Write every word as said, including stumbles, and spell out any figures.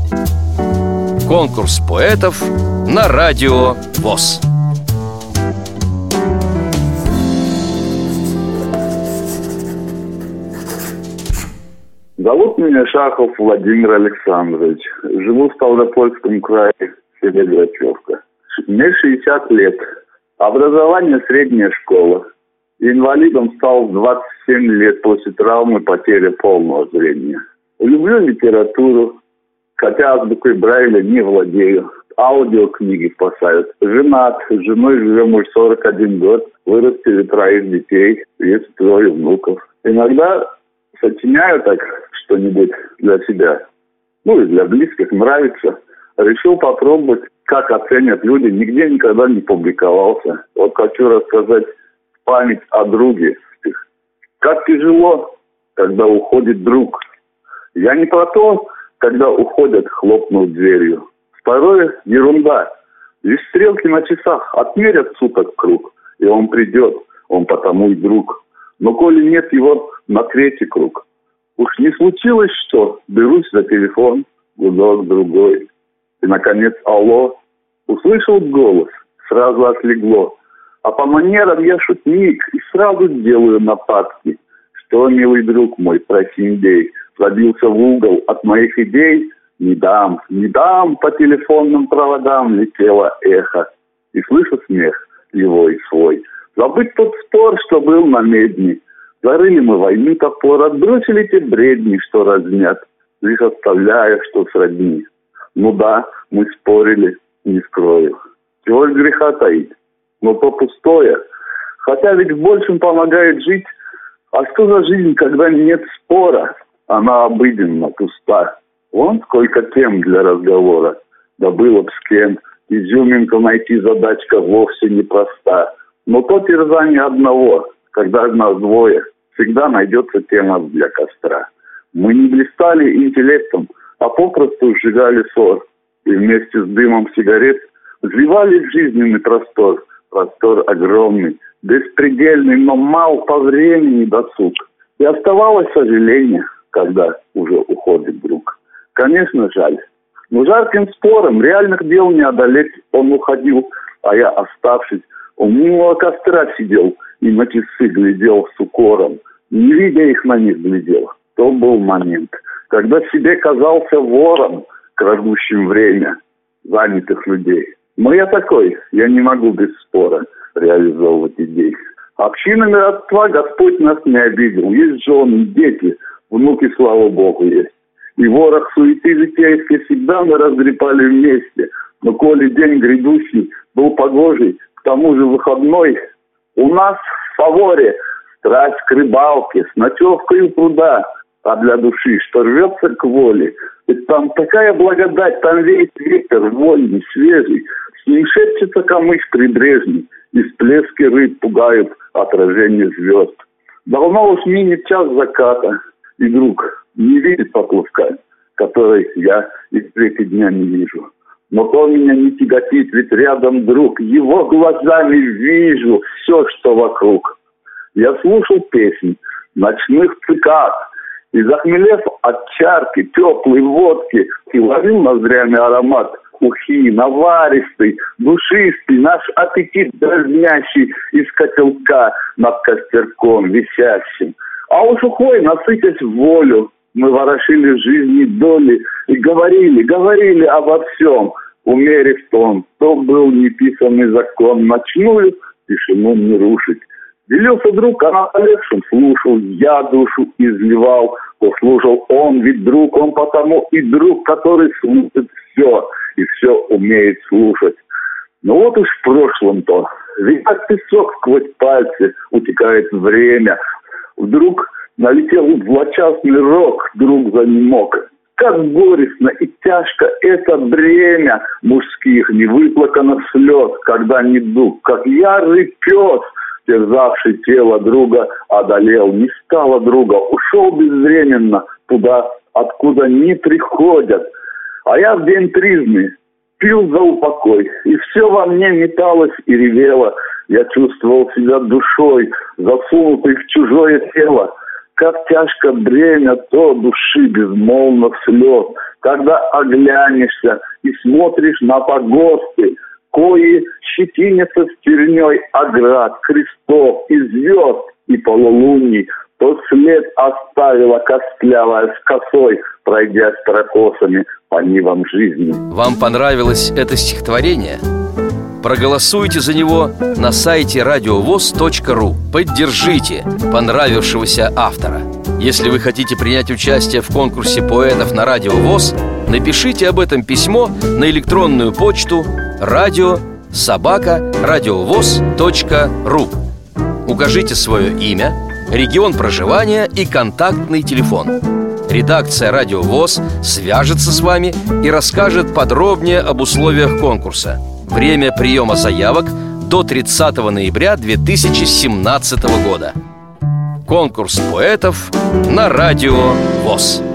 Конкурс поэтов на радио ВОС. Зовут меня Шахов Владимир Александрович. Живу в Ставропольском крае, в селе Грачевка. Мне шестьдесят лет. Образование средняя школа. Инвалидом стал в двадцать семь лет после травмы потери полного зрения. Люблю литературу, хотя азбукой Брайля не владею. Аудиокниги спасают. Женат, с женой живем уже сорок один год. Вырастили троих детей, есть трое внуков. Иногда сочиняю так что-нибудь для себя, ну и для близких, нравится. Решил попробовать, как оценят люди. Нигде никогда не публиковался. Вот хочу рассказать память о друге. Как тяжело, когда уходит друг. Я не про то, когда уходят, хлопнув дверью. Второе – ерунда. Лишь стрелки на часах отмерят суток круг, и он придет, он потому и друг. Но коли нет его на третий круг. Уж не случилось что, берусь за телефон, гудок другой. И, наконец, алло, услышал голос, сразу отлегло. А по манерам я шутник и сразу делаю нападки. Что, милый друг мой, просиндей, забился в угол от моих идей? Не дам, не дам, по телефонным проводам летело эхо. И слышу смех его и свой. Забыть тот спор, что был на медне. Зарыли мы войну топор, отбросили те бредни, что разнят, лишь оставляя, что сродни. Ну да, мы спорили, не скрою. Чего ж греха таить? Но то пустое. Хотя ведь в большем помогает жить. А что за жизнь, когда нет спора? Она обыденна, пуста. Вон сколько тем для разговора. Да было б с кем. Изюминку найти задачка вовсе непроста. Но то терзание одного, когда нас двое, всегда найдется тема для костра. Мы не блистали интеллектом, а попросту сжигали ссор. И вместе с дымом сигарет вливали в жизненный простор. Простор огромный, беспредельный, но мал по времени досуг. И оставалось сожаление, когда уже уходит друг. Конечно, жаль. Но жарким спором реальных дел не одолеть. Он уходил, а я, оставшись, у милого костра сидел и на часы глядел с укором. Не видя их, на них глядел. То был момент, когда себе казался вором, крадущим время занятых людей. Но я такой, я не могу без спора реализовывать идеи. Общинами родства Господь нас не обидел. Есть жены, дети, внуки, слава Богу, есть. И ворох суеты житейской всегда мы разгребали вместе. Но коли день грядущий был погожий, к тому же выходной, у нас в фаворе страсть к рыбалке с ночевкой у пруда. А для души, что рвется к воле, ведь там такая благодать, там веет ветер вольный, свежий, с ним шепчется камыш прибрежный, и всплески рыб пугают отражение звезд. Давно уж минет час заката, и друг не видит поплавка, который я и трети дня не вижу. Но то меня не тяготит, ведь рядом друг, его глазами вижу все, что вокруг. Я слушал песни ночных цикад, и, захмелев от чарки теплой водки, и ловил ноздрями аромат ухи, наваристый, душистый, наш аппетит дразнящий из котелка над костерком висящим. А уж ухой, насытясь волю, мы ворошили жизни доли и говорили, говорили обо всем, умерив тон. То был неписанный закон, ночную тишину не рушить. Делился друг, а на полегшем слушал, я душу изливал, послушал он, ведь друг, он потому и друг, который слушает все, и все умеет слушать. Но вот уж в прошлом-то, ведь как песок сквозь пальцы утекает время. Вдруг налетел злочастный рок, друг занемог. Как горестно и тяжко это бремя мужских невыплаканных слез, когда недуг, как ярый пес, терзавший тело друга, одолел, не стало друга, ушел безвременно туда, откуда не приходят. А я в день тризны пил за упокой, и все во мне металось и ревело. Я чувствовал себя душой, засунутой в чужое тело. Как тяжко бремя то души безмолвных слез, когда оглянешься и смотришь на погосты, кои щетинятся стерней оград, крестов и звезд и полулуний, то след оставила костлявая с косой, пройдя строкосами по нивам жизни. Вам понравилось это стихотворение? Проголосуйте за него на сайте радиовоз точка ру. Поддержите понравившегося автора. Если вы хотите принять участие в конкурсе поэтов на Радио ВОС, напишите об этом письмо на электронную почту радио собака радиовоз точка ру. Укажите свое имя, регион проживания и контактный телефон. Редакция Радио ВОС свяжется с вами и расскажет подробнее об условиях конкурса. Время приема заявок до тридцатого ноября две тысячи семнадцатого года. Конкурс поэтов на Радио ВОС.